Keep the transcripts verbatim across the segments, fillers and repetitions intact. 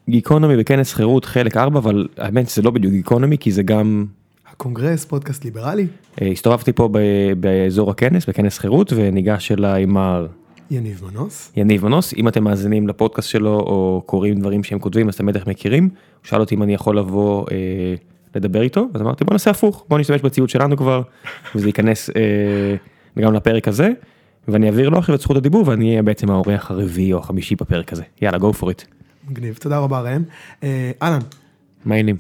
גיקונומי בכנס חירות חלק ארבע, אבל האמת זה לא בדיוק גיקונומי, כי זה גם... הקונגרס, פודקאסט ליברלי. הסתובבתי פה באזור הכנס, בכנס חירות, וניגש אליי מר... יניב מנוס. יניב מנוס, אם אתם מאזינים לפודקאסט שלו, או קוראים דברים שהם כותבים, אז אתם בטח מכירים. הוא שאל אותי אם אני יכול לבוא אה, לדבר איתו, אז אמרתי בוא נעשה הפוך, בוא נשתמש בציוד שלנו כבר, וזה ייכנס אה, גם לפרק הזה, ואני אעביר לו עכשיו את זכות הדיבור, ואני אהיה בעצם האורח הרביעי או החמישי בפרק הזה. יאללה, go for it. מגניב, תודה רבה ראם. אהלן. מה העניינים?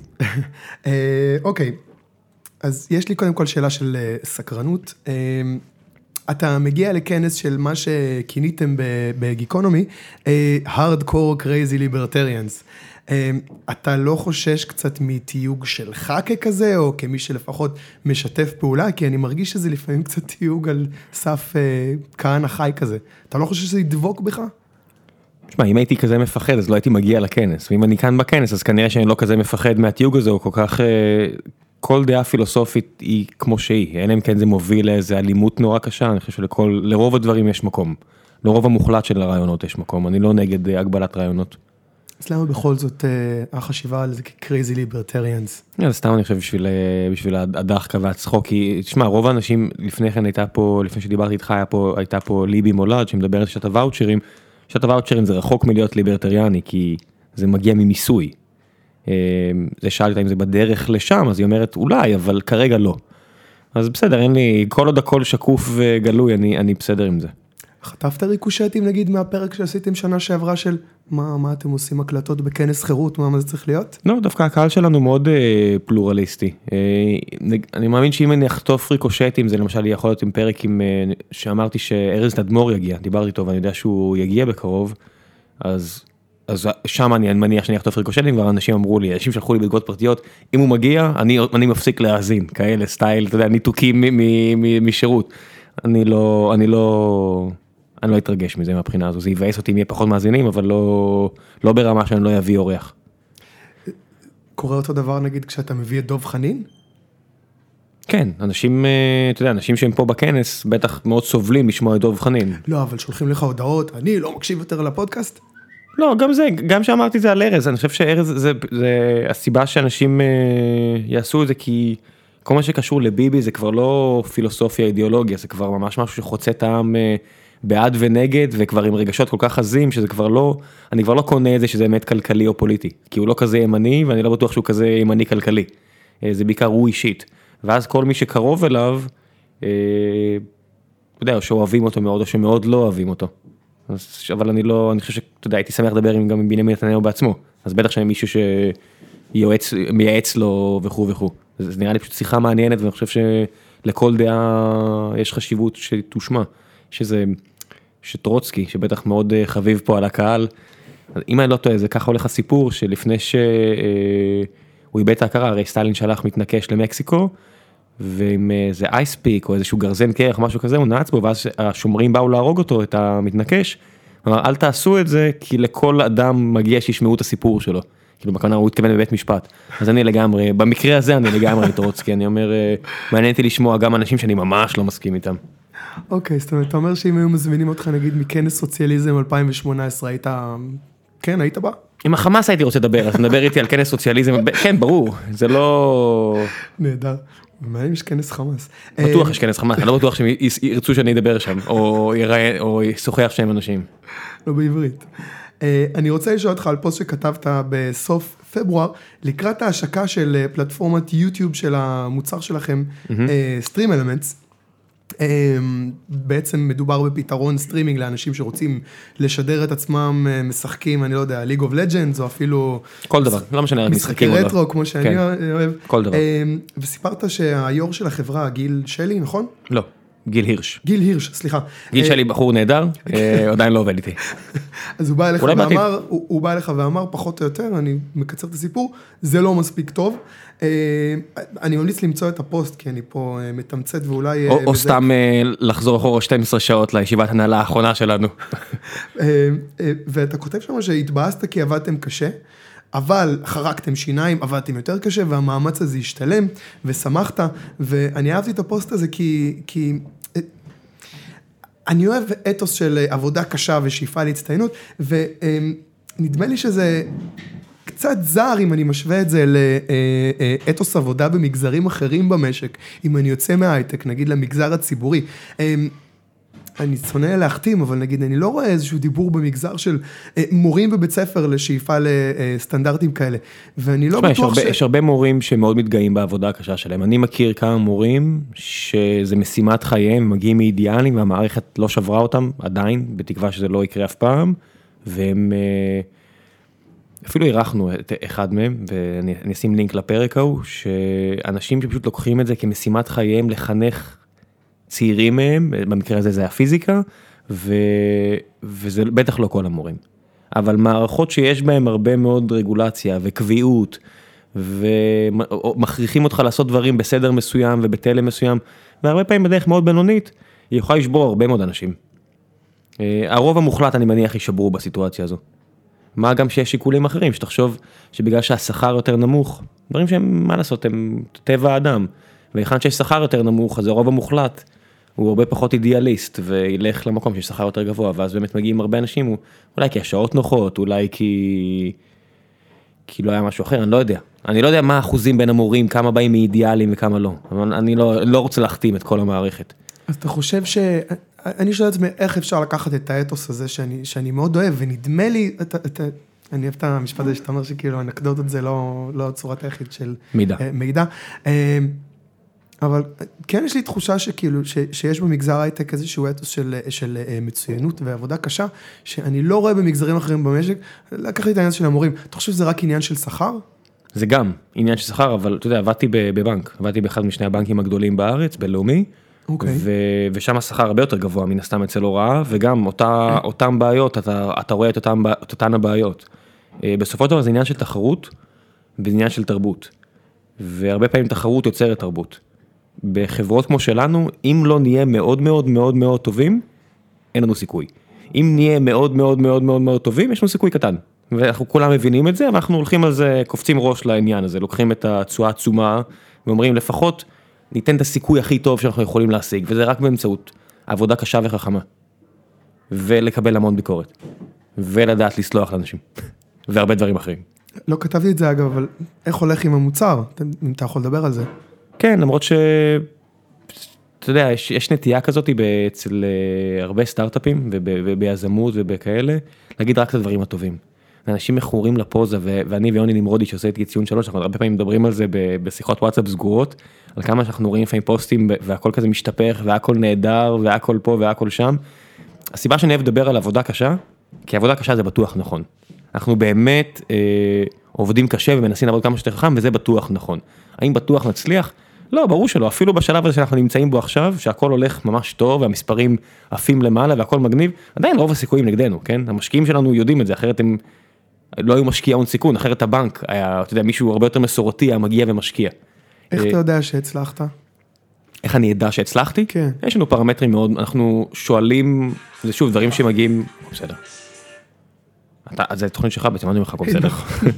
אוקיי, אז יש לי קודם כל שאלה של סקרנות. אתה מגיע לכנס של מה שכיניתם בגיקונומי, Hardcore Crazy Libertarians. אתה לא חושש קצת מתיוג שלך ככזה, או כמי שלפחות משתף פעולה? כי אני מרגיש שזה לפעמים קצת תיוג על סף כהן החי כזה. אתה לא חושש שזה ידבוק בך? תשמע, אם הייתי כזה מפחד, אז לא הייתי מגיע לכנס. ואם אני כאן בכנס, אז כנראה שאני לא כזה מפחד מהתיוג הזה, או כל כך... כל דעה פילוסופית היא כמו שהיא, אלא אם כן זה מוביל לאיזו אלימות נורא קשה, אני חושב שלכל, לרוב הדברים יש מקום, לרוב המוחלט של הרעיונות יש מקום, אני לא נגד הגבלת רעיונות. אז למה בכל זאת החשיבה על זה כ-crazy libertarians? אז סתם אני חושב בשביל, בשביל הדחקה והצחוק, כי תשמע, רוב האנשים לפני כן הייתה פה, לפני שדיברתי איתך, היה פה, הייתה פה ליבי מולד, שמדברת שעת הוואוצ'רים, שעת הוואוצ'רים זה רחוק מלהיות ליברטריאני, כי זה מגיע ממיסוי. זה שאלת אם זה בדרך לשם, אז היא אומרת אולי, אבל כרגע לא. אז בסדר, אין לי, כל עוד הכל שקוף וגלוי, אני, אני בסדר עם זה. חטפת ריקושטים נגיד מהפרק שעשיתם שנה שעברה של מה, מה אתם עושים הקלטות בכנס חירות, מה, מה זה צריך להיות? לא, דווקא הקהל שלנו מאוד אה, פלורליסטי. אה, אני מאמין שאם אני אחטוף ריקושטים, זה למשל יכול להיות עם פרק עם, אה, שאמרתי שארז תדמור יגיע, דיברתי איתו ואני יודע שהוא יגיע בקרוב, אז... אז שם אני מניח שאני אחטוף ריקושטים, כבר אנשים אמרו לי, אנשים שלחו לי בתגובות פרטיות, אם הוא מגיע, אני, אני מפסיק להאזין, כאלה סטייל, אתה יודע, ניתוקים משירות. אני לא, אני לא, אני לא אתרגש מזה מהבחינה הזו, זה יבאס אותי אם יהיה פחות מאזינים, אבל לא, לא ברמה שאני לא אביא אורח. קורה אותו דבר נגיד כשאתה מביא את דוב חנין? כן, אנשים, אתה יודע, אנשים שהם פה בכנס, בטח מאוד סובלים לשמוע את דוב חנין. לא, אבל שולחים לך הודעות, אני לא מקשיב יותר לפודקאסט. לא, גם זה, גם שאמרתי זה על ארז, אני חושב שארז זה, זה הסיבה שאנשים יעשו את זה, כי כל מה שקשור לביבי זה כבר לא פילוסופיה, אידיאולוגיה, זה כבר ממש משהו שחוצה את העם בעד ונגד, וכבר עם רגשות כל כך עזים, שזה כבר לא, אני כבר לא קונה את זה שזה באמת כלכלי או פוליטי, כי הוא לא כזה ימני, ואני לא בטוח שהוא כזה ימני כלכלי, זה בעיקר הוא אישית, ואז כל מי שקרוב אליו, אתה יודע, או שאוהבים אותו מאוד, או שמאוד לא אוהבים אותו. אבל אני לא, אני חושב שאתה יודע, הייתי שמח לדבר גם עם בנימין נתניהו בעצמו, אז בטח שאני מישהו שיועץ, מייעץ לו וכו' וכו'. זה נראה לי פשוט שיחה מעניינת, ואני חושב שלכל דעה יש חשיבות שתושמע, שזה, שטרוצקי, שבטח מאוד חביב פה על הקהל, אם אני לא טועה, זה ככה הולך הסיפור, שלפני שהוא איבד את ההכרה, הרי סטלין שלח מתנקש למקסיקו, ועם איזה אייספיק או איזשהו גרזן קרח, משהו כזה, הוא נעץ בו, ואז השומרים באו להרוג אותו, את המתנקש, אמר, אל תעשו את זה, כי לכל אדם מגיע שישמעו את הסיפור שלו, כאילו בכוונה הוא התכוון בבית משפט, אז אני לגמרי, במקרה הזה אני לגמרי טרוצקי, אני אומר, מעניינתי לשמוע גם אנשים שאני ממש לא מסכים איתם. אוקיי, זאת אומרת, אתה אומר שאם היו מזמינים אותך, נגיד, מכנס סוציאליזם אלפיים ושמונה עשרה, היית, כן, היית בא? עם החמאס הייתי רוצה לדבר, אז נדבר איתי על כנס סוציאליזם, כן, ברור, זה לא... נהדר. ומה אם יש כנס חמאס? בטוח יש כנס חמאס, אני לא בטוח שהם ירצו שאני אדבר שם, או ישוחח שם אנשים. לא בעברית. אני רוצה לשאול אותך על פוסט שכתבת בסוף פברואר, לקראת ההשקה של פלטפורמת יוטיוב של המוצר שלכם, Stream Elements, בעצם מדובר בפתרון סטרימינג לאנשים שרוצים לשדר את עצמם משחקים, אני לא יודע, League of Legends או אפילו... כל דבר, לא משנה, משחקי רטרו כמו שאני אוהב. כל דבר. וסיפרת שהיור של החברה, גיל שלי, נכון? לא, גיל הירש. גיל הירש, סליחה. גיל שלי בחור נהדר, עדיין לא עובד איתי. אז הוא בא אליך ואמר, הוא בא אליך ואמר, פחות או יותר, אני מקצר את הסיפור, זה לא מספיק טוב. אני ממליץ למצוא את הפוסט, כי אני פה מתמצת ואולי... או סתם לחזור אחורה שתים עשרה שעות לישיבת הנהלה האחרונה שלנו. ואתה כותב שם שהתבאסת כי עבדתם קשה, אבל חרקתם שיניים, עבדתם יותר קשה, והמאמץ הזה השתלם, ושמחת, ואני אהבתי את הפוסט הזה כי... כי אני אוהב אתוס של עבודה קשה ושאיפה להצטיינות, ונדמה לי שזה קצת זר אם אני משווה את זה לאתוס עבודה במגזרים אחרים במשק, אם אני יוצא מההייטק, נגיד למגזר הציבורי. אני שונא להחתים, אבל נגיד, אני לא רואה איזשהו דיבור במגזר של מורים בבית ספר לשאיפה לסטנדרטים כאלה, ואני לא בטוח ש... יש הרבה מורים שמאוד מתגאים בעבודה הקשה שלהם. אני מכיר כמה מורים שזה משימת חייהם, מגיעים מאידיאלים, והמערכת לא שברה אותם עדיין, בתקווה שזה לא יקרה אף פעם, והם... אפילו אירחנו את אחד מהם, ואני אשים לינק לפרק ההוא, שאנשים שפשוט לוקחים את זה כמשימת חייהם לחנך צעירים מהם, במקרה הזה זה הפיזיקה, ו... וזה בטח לא כל המורים. אבל מערכות שיש בהם הרבה מאוד רגולציה וקביעות, ומכריחים אותך לעשות דברים בסדר מסוים ובתלם מסוים, והרבה פעמים בדרך מאוד בינונית, היא יכולה לשבור הרבה מאוד אנשים. הרוב המוחלט אני מניח יישברו בסיטואציה הזו. מה גם שיש שיקולים אחרים, שתחשוב שבגלל שהשכר יותר נמוך, דברים שהם, מה לעשות, הם טבע האדם, ואחד שיש שכר יותר נמוך, אז הרוב המוחלט, הוא הרבה פחות אידיאליסט, וילך למקום שיש שכר יותר גבוה, ואז באמת מגיעים הרבה אנשים, אולי כי השעות נוחות, אולי כי... כי לא היה משהו אחר, אני לא יודע. אני לא יודע מה האחוזים בין המורים, כמה באים מאידיאלים וכמה לא. אבל אני לא, לא רוצה להחתים את כל המערכת. אז אתה חושב ש... אני שואל את עצמי, איך אפשר לקחת את האתוס הזה שאני, שאני מאוד אוהב, ונדמה לי, את, את, אני אוהב את המשפט הזה שאתה אומר שכאילו, אנקדוטות זה לא, לא צורת היחיד של... מידע. מידע. אבל כן יש לי תחושה שכאילו, ש, שיש במגזר הייטק איזשהו אתוס של, של מצוינות ועבודה קשה, שאני לא רואה במגזרים אחרים במשק, לקח לי את העניין של המורים. אתה חושב שזה רק עניין של שכר? זה גם עניין של שכר, אבל אתה יודע, עבדתי בבנק, עבדתי באחד משני הבנקים הגדולים בארץ, בינלאומי, אוקיי. ושם השכר הרבה יותר גבוה, מן הסתם אצל הוראה, וגם אותה, אותם בעיות, אתה, אתה רואה את אותם, את אותן הבעיות. בסופו של דבר זה עניין של תחרות, וזה עניין של תרבות. והרבה פעמים תחרות יוצרת תרבות. בחברות כמו שלנו, אם לא נהיה מאוד מאוד מאוד מאוד טובים, אין לנו סיכוי. אם נהיה מאוד מאוד מאוד מאוד מאוד טובים, יש לנו סיכוי קטן. ואנחנו כולם מבינים את זה, ואנחנו הולכים על זה, קופצים ראש לעניין הזה, לוקחים את התשואה עצומה, ואומרים לפחות, ניתן את הסיכוי הכי טוב שאנחנו יכולים להשיג, וזה רק באמצעות עבודה קשה וחכמה. ולקבל המון ביקורת. ולדעת לסלוח לאנשים. והרבה דברים אחרים. לא כתבתי את זה אגב, אבל איך הולך עם המוצר? אם אתה יכול לדבר על זה. כן, למרות ש... אתה יודע, יש, יש נטייה כזאת אצל הרבה סטארט-אפים, וביזמות ובכאלה, להגיד רק את הדברים הטובים. אנשים מכורים לפוזה, ואני ויוני נמרודי שעושה את ציון שלוש, אנחנו הרבה פעמים מדברים על זה בשיחות וואטסאפ סגורות, על כמה שאנחנו רואים לפעמים פוסטים, והכל כזה משתפך, והכל נהדר, והכל פה והכל שם. הסיבה שאני אוהב לדבר על עבודה קשה, כי עבודה קשה זה בטוח נכון. אנחנו באמת אה, עובדים קשה ומנסים לעבוד כמה שיותר חכם, וזה בטוח נכון. האם בטוח נצליח? לא, ברור שלא. אפילו בשלב הזה שאנחנו נמצאים בו עכשיו, שהכל הולך ממש טוב, והמספרים עפים למעלה, והכל מגניב, עדיין רוב הסיכויים נגדנו, כן? המשקיעים שלנו יודעים את זה, אחרת הם לא היו משקיע הון סיכון, אחרת הבנק היה, אתה יודע, מישהו הרבה יותר מסורתי, היה מגיע ומשקיע. איך אתה יודע שהצלחת? איך אני ידע שהצלחתי? כן. יש לנו פרמטרים מאוד, אנחנו שואלים, זה שוב, דברים שמגיעים, בסדר. אז זה תוכנית שלך, בעצם אני אומר לך, בסדר.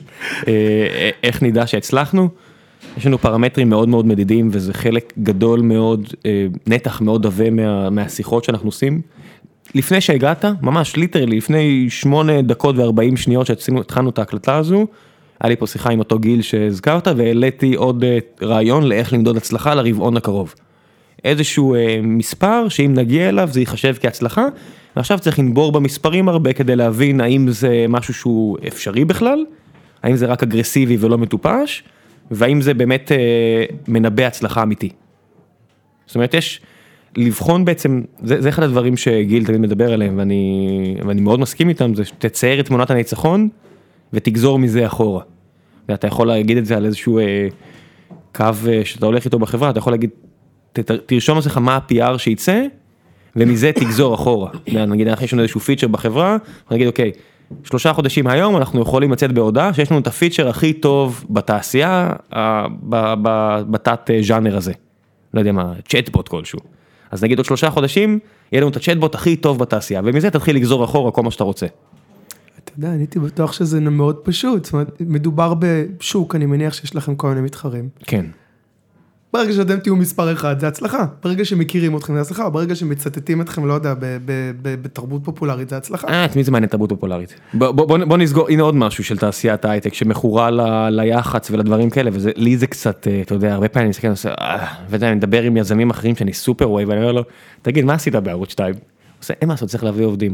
איך נדע שהצלחנו? יש לנו פרמטרים מאוד מאוד מדידים, וזה חלק גדול מאוד, נתח מאוד עבה מהשיחות שאנחנו עושים. לפני שהגעת, ממש ליטרלי, לפני שמונה דקות וארבעים שניות שהתחלנו את ההקלטה הזו, היה לי פה שיחה עם אותו גיל שהזכרת, והעליתי עוד רעיון לאיך למדוד הצלחה לרבעון הקרוב. איזשהו מספר שאם נגיע אליו זה ייחשב כהצלחה, ועכשיו צריך לנבור במספרים הרבה כדי להבין האם זה משהו שהוא אפשרי בכלל, האם זה רק אגרסיבי ולא מטופש, והאם זה באמת מנבא הצלחה אמיתי. זאת אומרת, יש לבחון בעצם, זה, זה אחד הדברים שגיל תמיד מדבר עליהם, ואני, ואני מאוד מסכים איתם, זה שתצייר את תמונת הניצחון, ותגזור מזה אחורה. ואתה יכול להגיד את זה על איזשהו אה, קו אה, שאתה הולך איתו בחברה, אתה יכול להגיד, ת, תרשום לעצמך מה ה-פי אר שייצא, ומזה תגזור אחורה. נגיד, אנחנו יש לנו איזשהו פיצ'ר בחברה, נגיד, אוקיי, שלושה חודשים היום אנחנו יכולים לצאת בהודעה, שיש לנו את הפיצ'ר הכי טוב בתעשייה, אה, בתת ז'אנר הזה. לא יודע מה, צ'אטבוט כלשהו. אז נגיד עוד שלושה חודשים, יהיה לנו את הצ'אטבוט הכי טוב בתעשייה, ומזה תתחיל לגזור אחורה כל מה שאתה רוצה. אתה יודע, אני הייתי בטוח שזה מאוד פשוט, זאת אומרת, מדובר בשוק, אני מניח שיש לכם כל מיני מתחרים. כן. ברגע שאתם תהיו מספר אחד, זה הצלחה. ברגע שמכירים אתכם, זה הצלחה. ברגע שמצטטים אתכם, לא יודע, בתרבות פופולרית, זה הצלחה. אה, את מי זה מעניין תרבות פופולרית? בוא נסגור, הנה עוד משהו של תעשיית ההייטק, שמכורה ליח"צ ולדברים כאלה, ולי זה קצת, אתה יודע, הרבה פעמים אני מסתכל, ואני מדבר עם יזמים אחרים שאני סופר ווי, ואני אומר לו, תגיד, מה עשית בערוץ שתיים? עושה, אין מה לעשות, צריך להביא עובדים.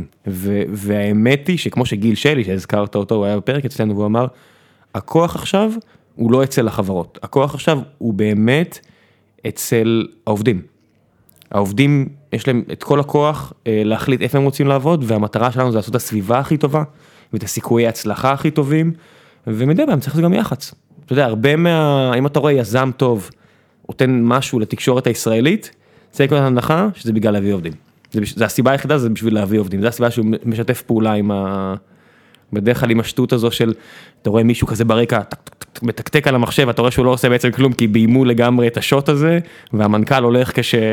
והאמת היא שכמו שגיל שלי, שהזכרת אותו, הוא היה בפרק אצלנו, והוא אמר, הכוח עכשיו הוא לא אצל החברות. הכוח עכשיו הוא באמת אצל העובדים. העובדים, יש להם את כל הכוח להחליט איפה הם רוצים לעבוד, והמטרה שלנו זה לעשות את הסביבה הכי טובה, ואת הסיכויי ההצלחה הכי טובים, ומדי פעם צריך גם יח"צ. אתה יודע, הרבה מה... אם אתה רואה יזם טוב, נותן משהו לתקשורת הישראלית, זה יקבל הנחה שזה בגלל להביא עובדים. זה, זה הסיבה היחידה, זה בשביל להביא עובדים. זה הסיבה שהוא משתף פעולה עם ה... בדרך כלל עם השטות הזו של, אתה רואה מישהו כזה ברקע, מתקתק על המחשב, אתה רואה שהוא לא עושה בעצם כלום, כי ביימו לגמרי את השוט הזה, והמנכ"ל הולך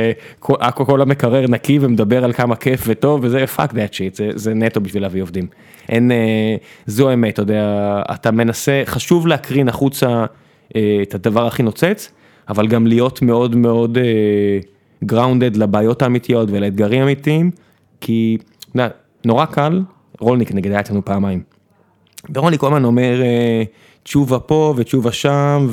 כשכל המקרר נקי ומדבר על כמה כיף וטוב, וזה fuck that shit, זה, זה נטו בשביל להביא עובדים. אין, זו האמת, אתה יודע, אתה מנסה, חשוב להקרין החוצה את הדבר הכי נוצץ, אבל גם להיות מאוד מאוד grounded לבעיות האמיתיות ולאתגרים האמיתיים, כי נורא קל, רולניק נגד היה אצלנו פעמיים. ורולניק כל הזמן אומר, תשובה פה ותשובה שם,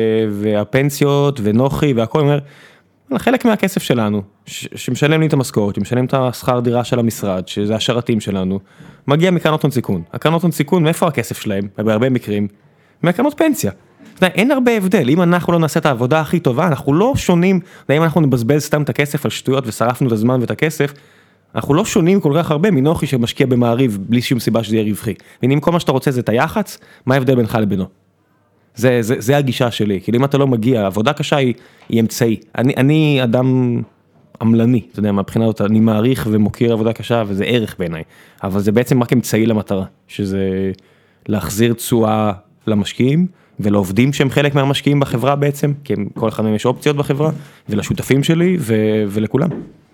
והפנסיות ונוחי והכל, אומר, חלק מהכסף שלנו, שמשלם לי את המשכורת, שמשלם את השכר דירה של המשרד, שזה השרתים שלנו, מגיע מקרנות הון סיכון. הקרנות הון סיכון, מאיפה הכסף שלהם? בהרבה מקרים, מהקרנות פנסיה. אין הרבה הבדל, אם אנחנו לא נעשה את העבודה הכי טובה, אנחנו לא שונים, אם אנחנו נבזבז סתם את הכסף על שטויות ושרפנו את הזמן ואת הכסף, אנחנו לא שונים כל כך הרבה מנוחי שמשקיע במעריב בלי שום סיבה שזה יהיה רווחי. ואם כל מה שאתה רוצה זה את היח"צ, מה ההבדל בינך לבינו? זה, זה, זה הגישה שלי. כאילו אם אתה לא מגיע, עבודה קשה היא, היא אמצעי. אני, אני אדם עמלני, אתה יודע, מהבחינה הזאת, אני מעריך ומוקיר עבודה קשה, וזה ערך בעיניי. אבל זה בעצם רק אמצעי למטרה, שזה להחזיר תשואה למשקיעים, ולעובדים שהם חלק מהמשקיעים בחברה בעצם, כי כל אחד מהם יש אופציות בחברה, ולשותפים שלי ו, ולכולם.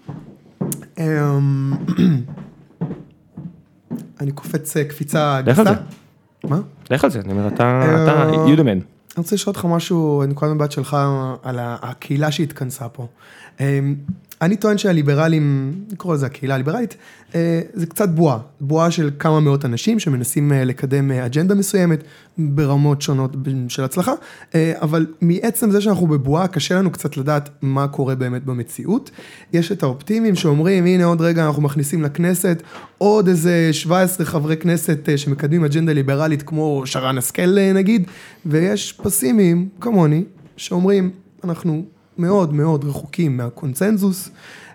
אני קופץ קפיצה גסה. לך על זה. מה? לך על זה, אני אומר, אתה יודמן. אני רוצה לשאול אותך משהו, אני קודם בת שלך, על הקהילה שהתכנסה פה. אני טוען שהליברלים, אני קורא לזה הקהילה הליברלית, זה קצת בועה, בועה של כמה מאות אנשים שמנסים לקדם אג'נדה מסוימת ברמות שונות של הצלחה, אבל מעצם זה שאנחנו בבועה, קשה לנו קצת לדעת מה קורה באמת במציאות. יש את האופטימיים שאומרים, הנה עוד רגע אנחנו מכניסים לכנסת עוד איזה שבע עשרה חברי כנסת שמקדמים אג'נדה ליברלית כמו שרן השכל נגיד, ויש פסימיים כמוני שאומרים, אנחנו מאוד מאוד רחוקים מהקונצנזוס.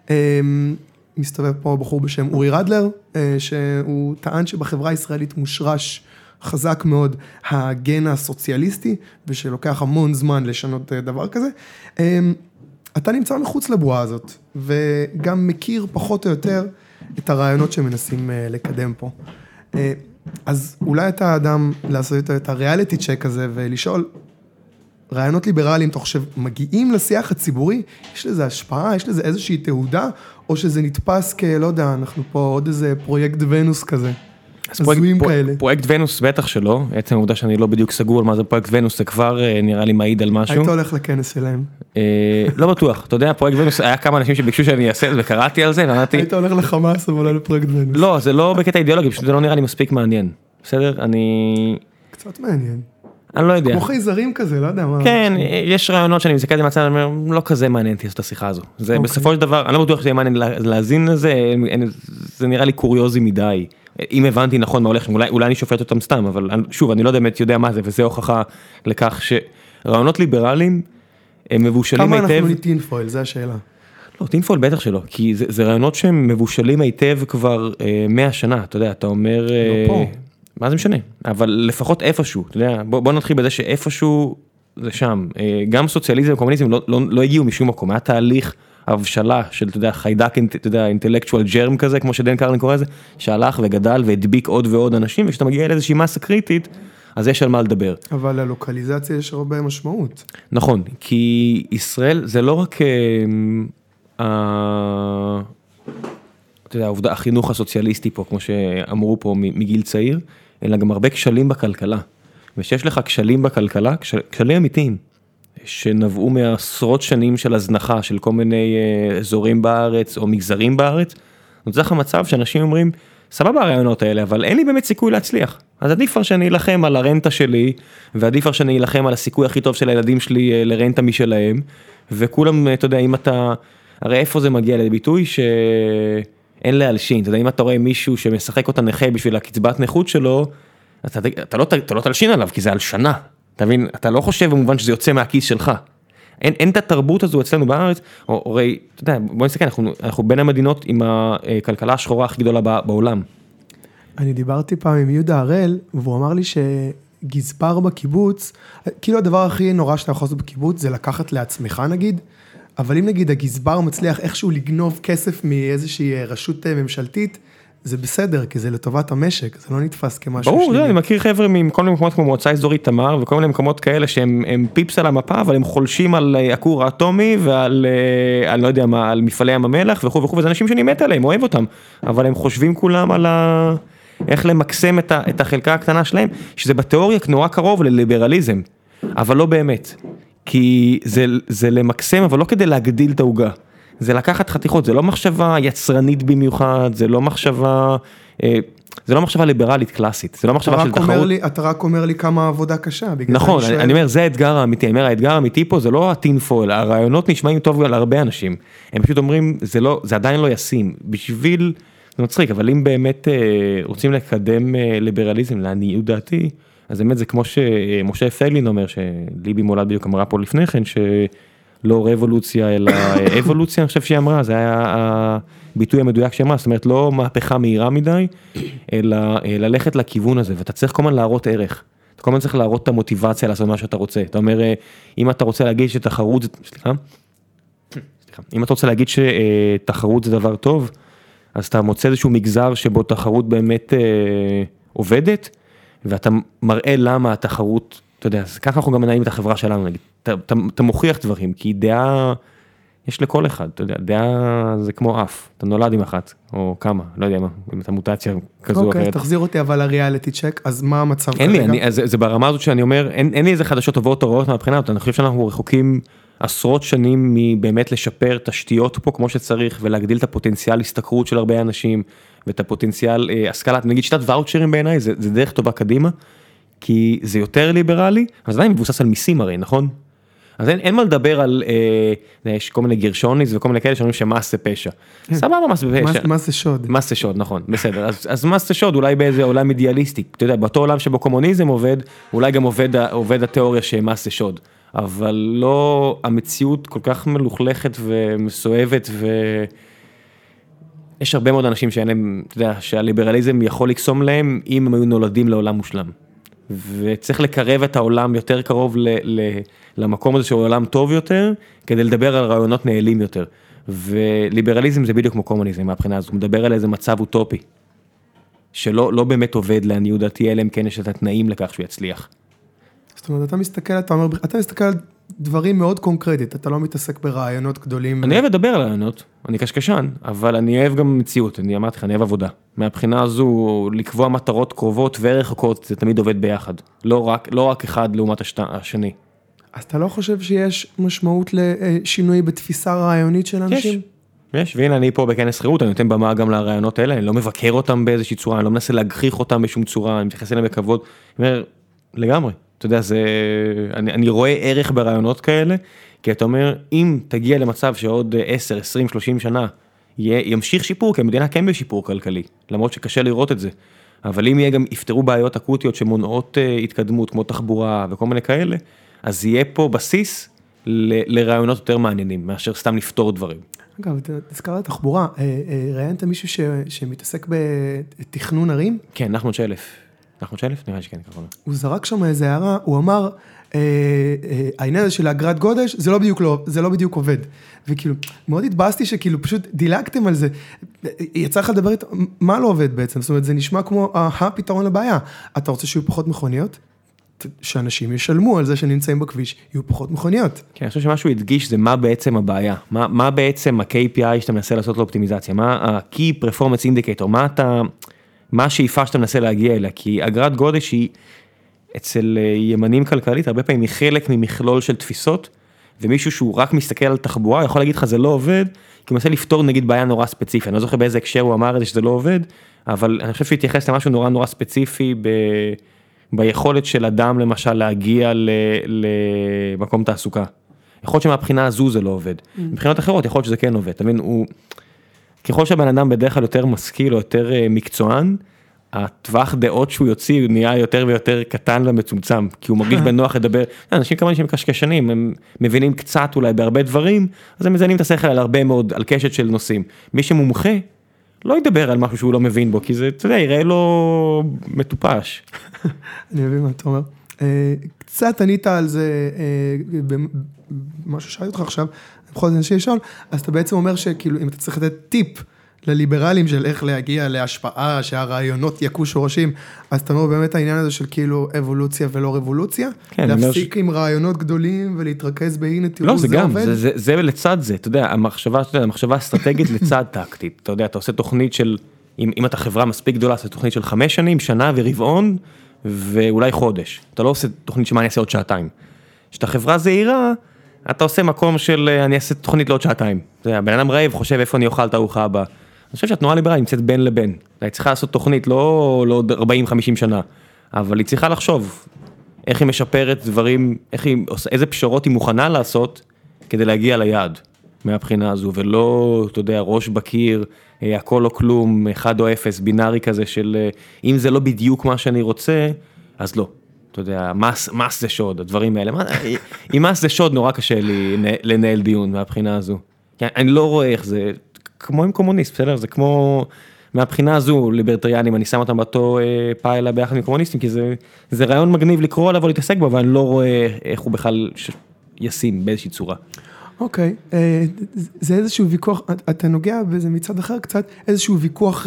מסתובב פה בחור בשם אורי רדלר, שהוא טען שבחברה הישראלית מושרש חזק מאוד הגן הסוציאליסטי, ושלוקח המון זמן לשנות דבר כזה. אתה נמצא מחוץ לבועה הזאת, וגם מכיר פחות או יותר את הרעיונות שמנסים לקדם פה. אז אולי אתה האדם לעשות את הריאליטי צ'ק הזה, ולשאול, רעיונות ליברליים, אתה חושב, מגיעים לשיח הציבורי, יש לזה השפעה, יש לזה איזושהי תעודה, או שזה נתפס כלא יודע, אנחנו פה עוד איזה פרויקט ונוס כזה, הזויים כאלה. פרויקט ונוס בטח שלא, עצם העובדה שאני לא בדיוק סגור על מה זה פרויקט ונוס, זה כבר נראה לי מעיד על משהו. היית הולך לכנס שלהם? לא בטוח, אתה יודע, פרויקט ונוס, היה כמה אנשים שביקשו שאני אעשה, וקראתי על זה, ואמרתי... היית הולך לחמאס, אבל לא לפרויקט ונוס. לא, זה לא בקטע אידיאולוגי, פשוט זה לא נראה לי מספיק מעניין. בסדר? אני... קצת מעניין. אני לא יודע. כמו חייזרים כזה, לא יודע מה. כן, יש רעיונות שאני מסתכל על זה, אני אומר, לא כזה מעניין לעשות את השיחה הזו. זה בסופו של דבר, אני לא בטוח שזה מעניין להאזין לזה, זה נראה לי קוריוזי מדי. אם הבנתי נכון מה הולך, אולי אני שופט אותם סתם, אבל שוב, אני לא באמת יודע מה זה, וזה הוכחה לכך שרעיונות ליברליים הם מבושלים היטב. כמה אנחנו טינפויל, זו השאלה. לא, טינפויל בטח שלא, כי זה רעיונות שהם מבושלים היטב כבר מאה שנה, אתה יודע, אתה אומר... לא פה. מה זה משנה? אבל לפחות איפשהו, אתה יודע, בוא, בוא נתחיל בזה שאיפשהו זה שם. גם סוציאליזם וקומוניזם לא, לא, לא הגיעו משום מקום, היה תהליך הבשלה של, אתה יודע, חיידק, אתה יודע, אינטלקטואל ג'רם כזה, כמו שדן קרלין קורא לזה, שהלך וגדל והדביק עוד ועוד אנשים, וכשאתה מגיע לאיזושהי מסה קריטית, אז יש על מה לדבר. אבל ללוקליזציה יש הרבה משמעות. נכון, כי ישראל זה לא רק, אה, אתה יודע, העובדה, החינוך הסוציאליסטי פה, כמו שאמרו פה מגיל צעיר, אלא גם הרבה כשלים בכלכלה. ושיש לך כשלים בכלכלה, כשלים אמיתיים. שנבעו מעשרות שנים של הזנחה, של כל מיני אזורים בארץ, או מגזרים בארץ, נוצר לך מצב שאנשים אומרים, סבבה הרעיונות האלה, אבל אין לי באמת סיכוי להצליח. אז עדיף כבר שאני אלחם על הרנטה שלי, ועדיף כבר שאני אלחם על הסיכוי הכי טוב של הילדים שלי לרנטה משלהם, וכולם, אתה יודע, אם אתה, הרי איפה זה מגיע לביטוי שאין להלשין, אתה יודע, אם אתה רואה מישהו שמשחק אותה נכה בשביל הקצבת נכות שלו, אתה, אתה לא, אתה לא תלשין עליו, כי זה על שנה, אתה מבין? אתה לא חושב במובן שזה יוצא מהכיס שלך. אין, אין את התרבות הזו אצלנו בארץ, או, או ראי, אתה יודע, בוא נסתכל, אנחנו, אנחנו בין המדינות עם הכלכלה השחורה הכי גדולה בעולם. אני דיברתי פעם עם יהודה הראל, והוא אמר לי שגזבר בקיבוץ, כאילו הדבר הכי נורא שאתה יכול לעשות בקיבוץ, זה לקחת לעצמך נגיד, אבל אם נגיד הגזבר מצליח איכשהו לגנוב כסף מאיזושהי רשות ממשלתית, זה בסדר, כי זה לטובת המשק, זה לא נתפס כמשהו ברור, אני מכיר חבר'ה מכל מיני מקומות כמו מועצה אזורית תמר, וכל מיני מקומות כאלה שהם פיפס על המפה, אבל הם חולשים על הכור האטומי, ועל, אני לא יודע מה, על מפעלי ים המלח וכו' וכו', וזה אנשים שאני מת עליהם, אוהב אותם, אבל הם חושבים כולם על ה... איך למקסם את, ה... את החלקה הקטנה שלהם, שזה בתיאוריה נורא קרוב לליברליזם, אבל לא באמת, כי זה, זה למקסם, אבל לא כדי להגדיל את העוגה. זה לקחת חתיכות, זה לא מחשבה יצרנית במיוחד, זה לא מחשבה, זה לא מחשבה ליברלית קלאסית, זה לא מחשבה של תחרות. לי, אתה רק אומר לי כמה עבודה קשה. נכון, אני, אני אומר, זה האתגר האמיתי, אני אומר, האתגר האמיתי פה זה לא הטינפול, הרעיונות נשמעים טוב על הרבה אנשים, הם פשוט אומרים, זה, לא, זה עדיין לא ישים, בשביל, זה מצחיק, אבל אם באמת רוצים לקדם ליברליזם, לעניות דעתי, אז באמת זה כמו שמשה פייגלין אומר, שליבי מולד בדיוק אמרה פה לפני כן, ש... לא רבולוציה, אלא אבולוציה, אני חושב שהיא אמרה, זה היה הביטוי המדויק שאמרה, זאת אומרת, לא מהפכה מהירה מדי, אלא ללכת לכיוון הזה, ואתה צריך כל הזמן להראות ערך, אתה כל הזמן צריך להראות את המוטיבציה לעשות מה שאתה רוצה, אתה אומר, אם אתה רוצה להגיד שתחרות, סליחה, סליחה, אם אתה רוצה להגיד שתחרות זה דבר טוב, אז אתה מוצא איזשהו מגזר שבו תחרות באמת עובדת, ואתה מראה למה התחרות, אתה יודע, ככה אנחנו גם מנהלים את החברה שלנו, נגיד, אתה, אתה, אתה מוכיח דברים, כי דעה, יש לכל אחד, אתה יודע, דעה זה כמו אף, אתה נולד עם אחת, או כמה, לא יודע מה, אם אתה מוטציה כזו או אחרת. אוקיי, תחזיר אותי אבל לריאליטי צ'ק, אז מה המצב כרגע? אין לי, אני, זה, זה ברמה הזאת שאני אומר, אין, אין לי איזה חדשות טובות או רעות מהבחינה הזאת, אני חושב שאנחנו רחוקים עשרות שנים מבאמת לשפר תשתיות פה כמו שצריך, ולהגדיל את הפוטנציאל הסתכרות של הרבה אנשים, ואת הפוטנציאל אה, השכלת, נגיד שיטת ואוצ'רים בעיניי, זה, זה דרך טובה קדימה, כי זה יותר ליברלי, אז עדיין מבוסס על מיסים הרי, נכון? אז אין, אין מה לדבר על, אה, יש כל מיני גרשוניס וכל מיני כאלה שאומרים שמס זה פשע. סבבה, מס זה פשע. מס זה שוד. מס זה שוד, נכון, בסדר. אז, אז מס זה שוד אולי באיזה עולם אידיאליסטי. אתה יודע, באותו עולם שבו קומוניזם עובד, אולי גם עובד, עובד התיאוריה שמס זה שוד. אבל לא, המציאות כל כך מלוכלכת ומסואבת ו... יש הרבה מאוד אנשים שאין להם, אתה יודע, שהליברליזם יכול לקסום להם אם הם היו נולדים לעולם מושלם. וצריך לקרב את העולם יותר קרוב ל, ל, למקום הזה שהוא עולם טוב יותר, כדי לדבר על רעיונות נעלים יותר. וליברליזם זה בדיוק כמו קומוניזם מהבחינה הזו, הוא מדבר על איזה מצב אוטופי, שלא לא באמת עובד לעניות דעתי, אלא אם כן יש את התנאים לכך שהוא יצליח. זאת אומרת, אתה מסתכל, אתה אומר, אתה מסתכל על דברים מאוד קונקרטית, אתה לא מתעסק ברעיונות גדולים. אני אוהב לדבר על רעיונות, אני קשקשן, אבל אני אוהב גם מציאות, אני אמרתי לך, אני אוהב עבודה. מהבחינה הזו, לקבוע מטרות קרובות ורחוקות, זה תמיד עובד ביחד. לא רק, לא רק אחד לעומת השת... השני. אז אתה לא חושב שיש משמעות לשינוי בתפיסה רעיונית של אנשים? יש. יש, והנה אני פה בכנס חירות, אני נותן במה גם לרעיונות האלה, אני לא מבקר אותם באיזושהי צורה, אני לא מנסה להגחיך אותם בשום צורה, אני מתייחס אליהם בכבוד, אני אומר, לגמרי, אתה יודע, זה, אני, אני רואה ערך ברעיונות כאלה, כי אתה אומר, אם תגיע למצב שעוד עשר, עשרים, שלושים שנה, ימשיך שיפור, כי המדינה כן בשיפור כלכלי, למרות שקשה לראות את זה, אבל אם יהיה גם, יפתרו בעיות אקוטיות שמונעות התקדמות, כמו תחבורה וכל מיני כאלה, אז יהיה פה בסיס ל, לרעיונות יותר מעניינים, מאשר סתם לפתור דברים. אגב, תזכר לתחבורה, ראיינת מישהו ש, שמתעסק בתכנון ערים? כן, נחמן שלף. נחמן שלף? נראה שכן, ככה. הוא זרק שם איזה הערה, הוא אמר, העניין הזה של אגרת גודש, זה לא בדיוק, לא, זה לא בדיוק עובד. וכאילו, מאוד התבאסתי שכאילו פשוט דילגתם על זה. יצא לך לדבר איתו, מה לא עובד בעצם? זאת אומרת, זה נשמע כמו הפתרון לבעיה. אתה רוצה שיהיו פחות מכוניות? שאנשים ישלמו על זה שנמצאים בכביש, יהיו פחות מכוניות. כן, אני חושב שמשהו הדגיש זה מה בעצם הבעיה, מה, מה בעצם ה-K P I שאתה מנסה לעשות לאופטימיזציה, מה ה-Key Performance Indicator, מה אתה, מה השאיפה שאתה מנסה להגיע אליה, כי אגרת גודש היא אצל ימנים כלכלית, הרבה פעמים היא חלק ממכלול של תפיסות, ומישהו שהוא רק מסתכל על תחבורה, יכול להגיד לך זה לא עובד, כי הוא מנסה לפתור נגיד בעיה נורא ספציפית, אני לא זוכר באיזה הקשר הוא אמר את זה שזה לא עובד, אבל אני חושב שהוא התייחס למשהו נורא נורא ספציפי, ב... ביכולת של אדם למשל להגיע ל... למקום תעסוקה. יכול להיות שמהבחינה הזו זה לא עובד. Mm. מבחינות אחרות יכול להיות שזה כן עובד, תבין, הוא... ככל שהבן אדם בדרך כלל יותר משכיל או יותר מקצוען, הטווח דעות שהוא יוציא נהיה יותר ויותר קטן ומצומצם, כי הוא מרגיש בנוח לדבר, אנשים כמובן שהם קשקשנים, הם מבינים קצת אולי בהרבה דברים, אז הם מזיינים את השכל על הרבה מאוד, על קשת של נושאים. מי שמומחה, לא ידבר על משהו שהוא לא מבין בו, כי זה, אתה יודע, יראה לו מטופש. אני מבין מה אתה אומר. קצת ענית על זה, משהו שאלתי אותך עכשיו, בכל זאת נשאי לשאול, אז אתה בעצם אומר שכאילו, אם אתה צריך לתת טיפ, לליברלים של איך להגיע להשפעה, שהרעיונות יקו שורשים, אז אתה אומר באמת העניין הזה של כאילו אבולוציה ולא רבולוציה, כן, להפסיק ש... עם רעיונות גדולים ולהתרכז בהנה, תראו, לא, זה, זה גם, עובד. זה, זה, זה לצד זה, אתה יודע, המחשבה, אתה יודע, המחשבה אסטרטגית לצד טקטית, אתה יודע, אתה עושה תוכנית של, אם, אם אתה חברה מספיק גדולה, עושה תוכנית של חמש שנים, שנה ורבעון, ואולי חודש, אתה לא עושה תוכנית שמה אני אעשה עוד שעתיים. כשאתה חברה זהירה, אתה עושה מקום של, אני אעשה תוכנית לעוד שעתיים. זה, הבן אדם רעב חושב איפה אני אוכל את הארוחה הבאה. אני חושב שהתנועה ליברלית נמצאת בין לבין. היא צריכה לעשות תוכנית לא, לא ארבעים חמישים שנה, אבל היא צריכה לחשוב איך היא משפרת דברים, איך היא, איזה פשרות היא מוכנה לעשות כדי להגיע ליעד מהבחינה הזו, ולא, אתה יודע, ראש בקיר, הכל או כלום, אחד או אפס, בינארי כזה של, אם זה לא בדיוק מה שאני רוצה, אז לא. אתה יודע, מס, מס זה שוד, הדברים האלה. אם מס זה שוד, נורא קשה לי לנהל דיון מהבחינה הזו. אני לא רואה איך זה, כמו עם קומוניסט, בסדר? זה כמו, מהבחינה הזו, ליברטריאנים, אני שם אותם באותו פיילה ביחד עם קומוניסטים, כי זה, זה רעיון מגניב לקרוא עליו או להתעסק בו, אבל אני לא רואה איך הוא בכלל ישים באיזושהי צורה. אוקיי, זה איזשהו ויכוח, אתה נוגע בזה מצד אחר קצת, איזשהו ויכוח,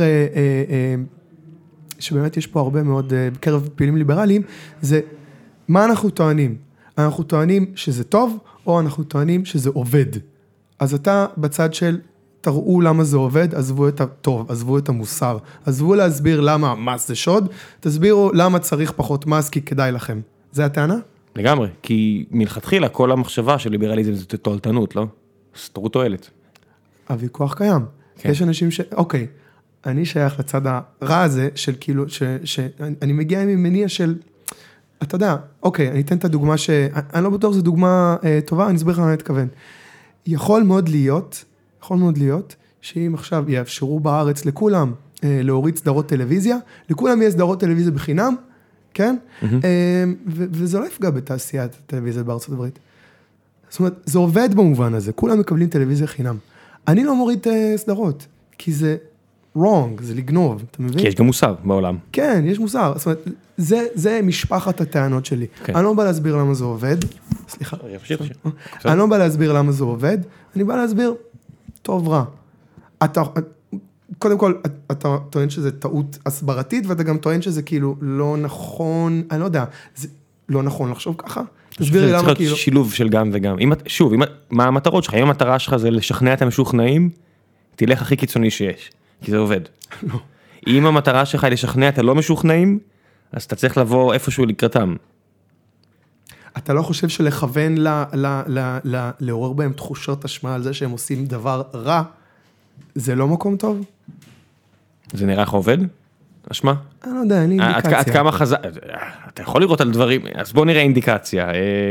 שבאמת יש פה הרבה מאוד בקרב פעילים ליברליים, זה מה אנחנו טוענים? אנחנו טוענים שזה טוב, או אנחנו טוענים שזה עובד. אז אתה בצד של, תראו למה זה עובד, עזבו את הטוב, עזבו את המוסר, עזבו להסביר למה מס זה שוד, תסבירו למה צריך פחות מס, כי כדאי לכם. זה הטענה? לגמרי, כי מלכתחילה כל המחשבה של ליברליזם זה תועלתנות, לא? סתרו תועלת. הוויכוח קיים. כן. יש אנשים ש... אוקיי, אני שייך לצד הרע הזה, של כאילו, ש... ש... אני מגיע ממניע של... אתה יודע, אוקיי, אני אתן את הדוגמה ש... אני לא בטוח שזו דוגמה אה, טובה, אני אסביר לך מה אני אתכוון. יכול מאוד להיות, יכול מאוד להיות, שאם עכשיו יאפשרו בארץ לכולם אה, להוריד סדרות טלוויזיה, לכולם יהיה סדרות טלוויזיה בחינם, כן? Mm-hmm. אה, ו- וזה לא יפגע בתעשיית הטלוויזיה בארצות הברית. זאת אומרת, זה עובד במובן הזה, כולם מקבלים טלוויזיה חינם. אני לא מוריד אה, סדרות, כי זה wrong, זה לגנוב, אתה מבין? כי יש גם מוסר בעולם. כן, יש מוסר, זאת אומרת, זה, זה משפחת הטענות שלי. כן. אני לא בא להסביר למה זה עובד, סליחה. אני לא בא להסביר למה זה עובד, אני בא להסביר, טוב רע. אתה, קודם כל, אתה טוען שזה טעות הסברתית, ואתה גם טוען שזה כאילו לא נכון, אני לא יודע, זה לא נכון לחשוב ככה. תסביר לי למה כאילו... צריך להיות שילוב של גם וגם. שוב, מה המטרות שלך? אם המטרה שלך זה לשכנע את המשוכנעים, תלך הכי קיצוני שיש, כי זה עובד. לא. אם המטרה שלך היא לשכנע את הלא משוכנעים, אז אתה צריך לבוא איפשהו לקראתם. אתה לא חושב שלכוון ל, ל, ל, ל, לעורר בהם תחושות אשמה על זה שהם עושים דבר רע, זה לא מקום טוב? זה נראה לך עובד? אשמה? אני לא יודע, אין לי אינדיקציה. עד כמה חזק, אתה יכול לראות על דברים, אז בוא נראה אינדיקציה.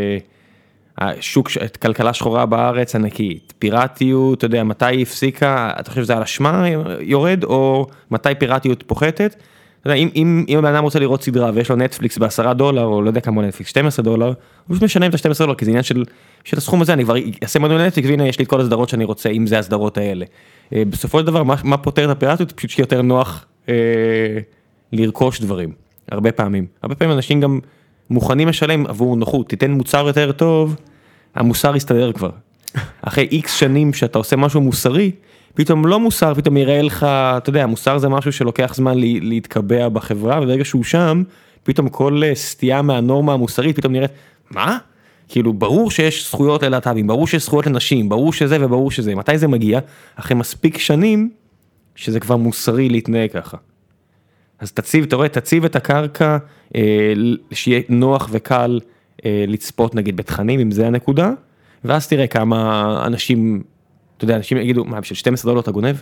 השוק, כלכלה שחורה בארץ ענקית, פיראטיות, אתה יודע, מתי היא הפסיקה, אתה חושב שזה על אשמה יורד, או מתי פיראטיות פוחתת? אתה יודע, אם, אם, אם הבן אדם רוצה לראות סדרה, ויש לו נטפליקס בעשרה דולר, או לא יודע כמה נטפליקס, שתים עשרה דולר, הוא פשוט משנה את ה-שתים עשרה דולר, כי זה עניין של, של הסכום הזה, אני כבר אעשה מנוי לנטפליקס, והנה יש לי את כל הסדרות שאני רוצה, אם זה הסדרות האלה. בסופו של דבר, מה, מה פותר את הפיראטיות? פשוט שיותר נוח אה, לרכוש דברים, הרבה פעמים. הרבה פעמים אנשים גם מוכנים לשלם עבור נוחות, תיתן מוצר יותר טוב, המוסר יסתדר כבר. אחרי איקס שנים שאתה עושה משהו מוסרי, פתאום לא מוסר, פתאום יראה לך, אתה יודע, מוסר זה משהו שלוקח זמן להתקבע בחברה, וברגע שהוא שם, פתאום כל סטייה מהנורמה המוסרית, פתאום נראית, מה? כאילו, ברור שיש זכויות ללהט"בים, ברור שיש זכויות לנשים, ברור שזה וברור שזה. מתי זה מגיע? אחרי מספיק שנים, שזה כבר מוסרי להתנהג ככה. אז תציב, אתה רואה, תציב את הקרקע, אה, שיהיה נוח וקל אה, לצפות, נגיד, בתכנים, אם זה הנקודה, ואז תראה כמה אנשים, אתה יודע, אנשים יגידו, מה, בשביל שתים עשרה דולר אתה גונב?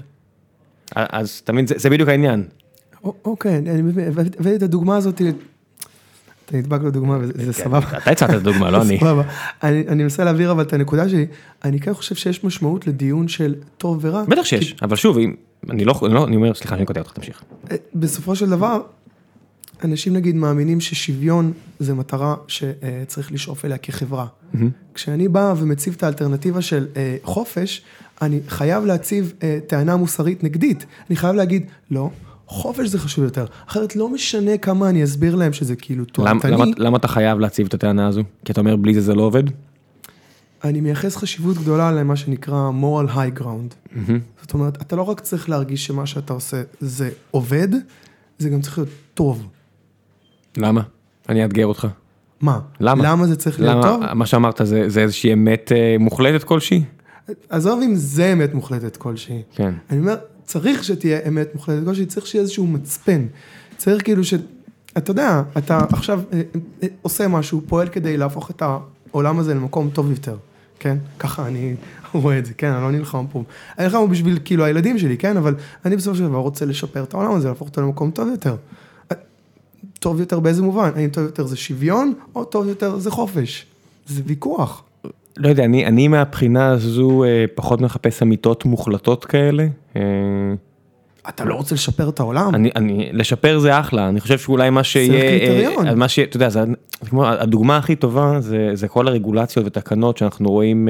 אז תמיד, זה, זה בדיוק העניין. אוקיי, אני מבין, הבאתי את הדוגמה הזאת, אתה נדבק לדוגמה וזה סבבה. אתה הצעת את הדוגמה, לא אני. סבבה. אני מנסה להעביר אבל את הנקודה שלי, אני כן חושב שיש משמעות לדיון של טוב ורע. בטח שיש, אבל שוב, אני לא, אני אומר, סליחה, אני קוטע אותך, תמשיך. בסופו של דבר, אנשים נגיד מאמינים ששוויון זה מטרה שצריך לשאוף אליה כחברה. כשאני בא ומציב את האלטרנטיבה של חופש, אני חייב להציב טענה מוסרית נגדית. אני חייב להגיד, לא, חופש זה חשוב יותר. אחרת לא משנה כמה אני אסביר להם שזה כאילו תועלתני. למה, למה אתה חייב להציב את הטענה הזו? כי אתה אומר, בלי זה זה לא עובד? אני מייחס חשיבות גדולה למה שנקרא moral high ground. זאת אומרת, אתה לא רק צריך להרגיש שמה שאתה עושה זה עובד, זה גם צריך להיות טוב. למה? אני אאתגר אותך. מה? למה? למה זה צריך להיות טוב? מה שאמרת זה, זה איזושהי אמת מוחלטת כלשהי? עזוב אם זה אמת מוחלטת כלשהי. כן. אני אומר, צריך שתהיה אמת מוחלטת כלשהי, צריך שיהיה איזשהו מצפן. צריך כאילו ש... אתה יודע, אתה עכשיו עושה משהו, פועל כדי להפוך את העולם הזה למקום טוב יותר. כן? ככה אני רואה את זה, כן? אני לא נלחם פה. אני נלחם בשביל כאילו הילדים שלי, כן? אבל אני בסופו של דבר רוצה לשפר את העולם הזה, להפוך אותו למקום טוב יותר. טוב יותר באיזה מובן? האם טוב יותר זה שוויון, או טוב יותר זה חופש? זה ויכוח. לא יודע, אני, אני מהבחינה הזו פחות מחפש אמיתות מוחלטות כאלה. אתה לא רוצה לשפר את העולם? אני, אני, לשפר זה אחלה, אני חושב שאולי מה שיהיה... זה קריטריון. מה שיהיה, אתה יודע, זה, כמו, הדוגמה הכי טובה זה, זה כל הרגולציות ותקנות שאנחנו רואים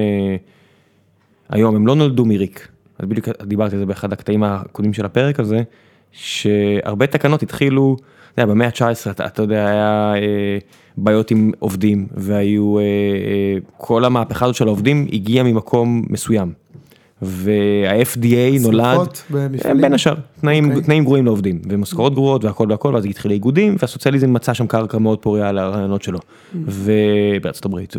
היום, הם לא נולדו מריק. אז בדיוק דיברתי על זה באחד הקטעים הקודמים של הפרק הזה, שהרבה תקנות התחילו... אתה יודע, במאה ה-תשע עשרה, אתה, אתה יודע, היה אה, בעיות עם עובדים, והיו, אה, אה, כל המהפכה הזאת של העובדים הגיעה ממקום מסוים. וה-אף די איי נולד, בין השאר, תנאים, okay. תנאים גרועים לעובדים, ומשכורות גרועות והכל והכל, ואז התחיל לאיגודים, והסוציאליזם מצא שם קרקע מאוד פוריה על הרעיונות שלו, mm. ובארצות הברית.